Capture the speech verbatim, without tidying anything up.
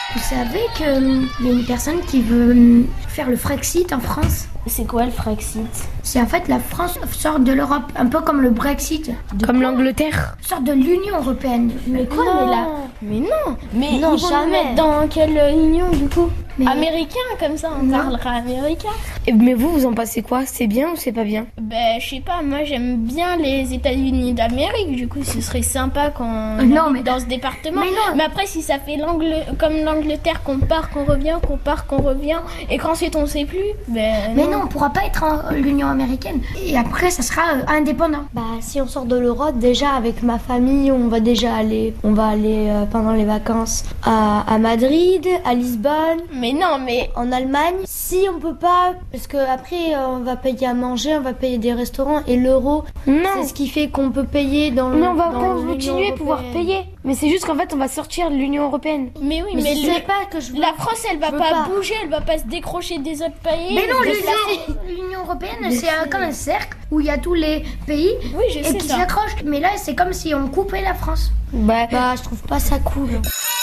Vous savez qu'il y a une personne qui veut hum, faire le Frexit en France? C'est quoi le Frexit? C'est en fait la France sort de l'Europe, un peu comme le Brexit. Comme l'Angleterre. Sort de l'Union Européenne. Mais quoi, non. mais là Mais non Mais Non, ils vont jamais. nous mettre dans quelle union du coup? Mais- Américain, comme ça on Non. parlera américain. Et, mais vous, vous en pensez quoi? C'est bien ou c'est pas bien? Ben, je sais pas, moi j'aime bien les États-Unis d'Amérique, du coup ce serait sympa qu'on Euh, non, habite mais- dans ce département. Mais non. Mais après, si ça fait l'Angle... comme l'Angleterre, qu'on part, qu'on revient, qu'on part, qu'on revient, et qu'ensuite on sait plus, ben. Mais non, on pourra pas être en l'Union américaine. Et après, ça sera euh, indépendant. Bah, si on sort de l'Europe, déjà avec ma famille, on va déjà aller, on va aller euh, pendant les vacances à, à Madrid, à Lisbonne, Mais non, mais. en Allemagne. Si on peut pas, parce que après euh, on va payer à manger, on va payer des restaurants et l'euro, Non. c'est ce qui fait qu'on peut payer dans le. Mais on va dans encore l'Union continuer à pouvoir européenne. payer. Mais c'est juste qu'en fait, on va sortir de l'Union Européenne. Mais oui, Mais, mais, je le- sais pas que je veux. la France, elle va Je veux pas, pas. bouger, elle va pas se décrocher des autres pays. Mais non, elle va l'Union se laisser- l'Union européenne, c'est euh, comme un cercle où il y a tous les pays Oui, je et sais qui ça. s'accrochent. Mais là, c'est comme si on coupait la France. Bah, Bah, je trouve pas ça cool.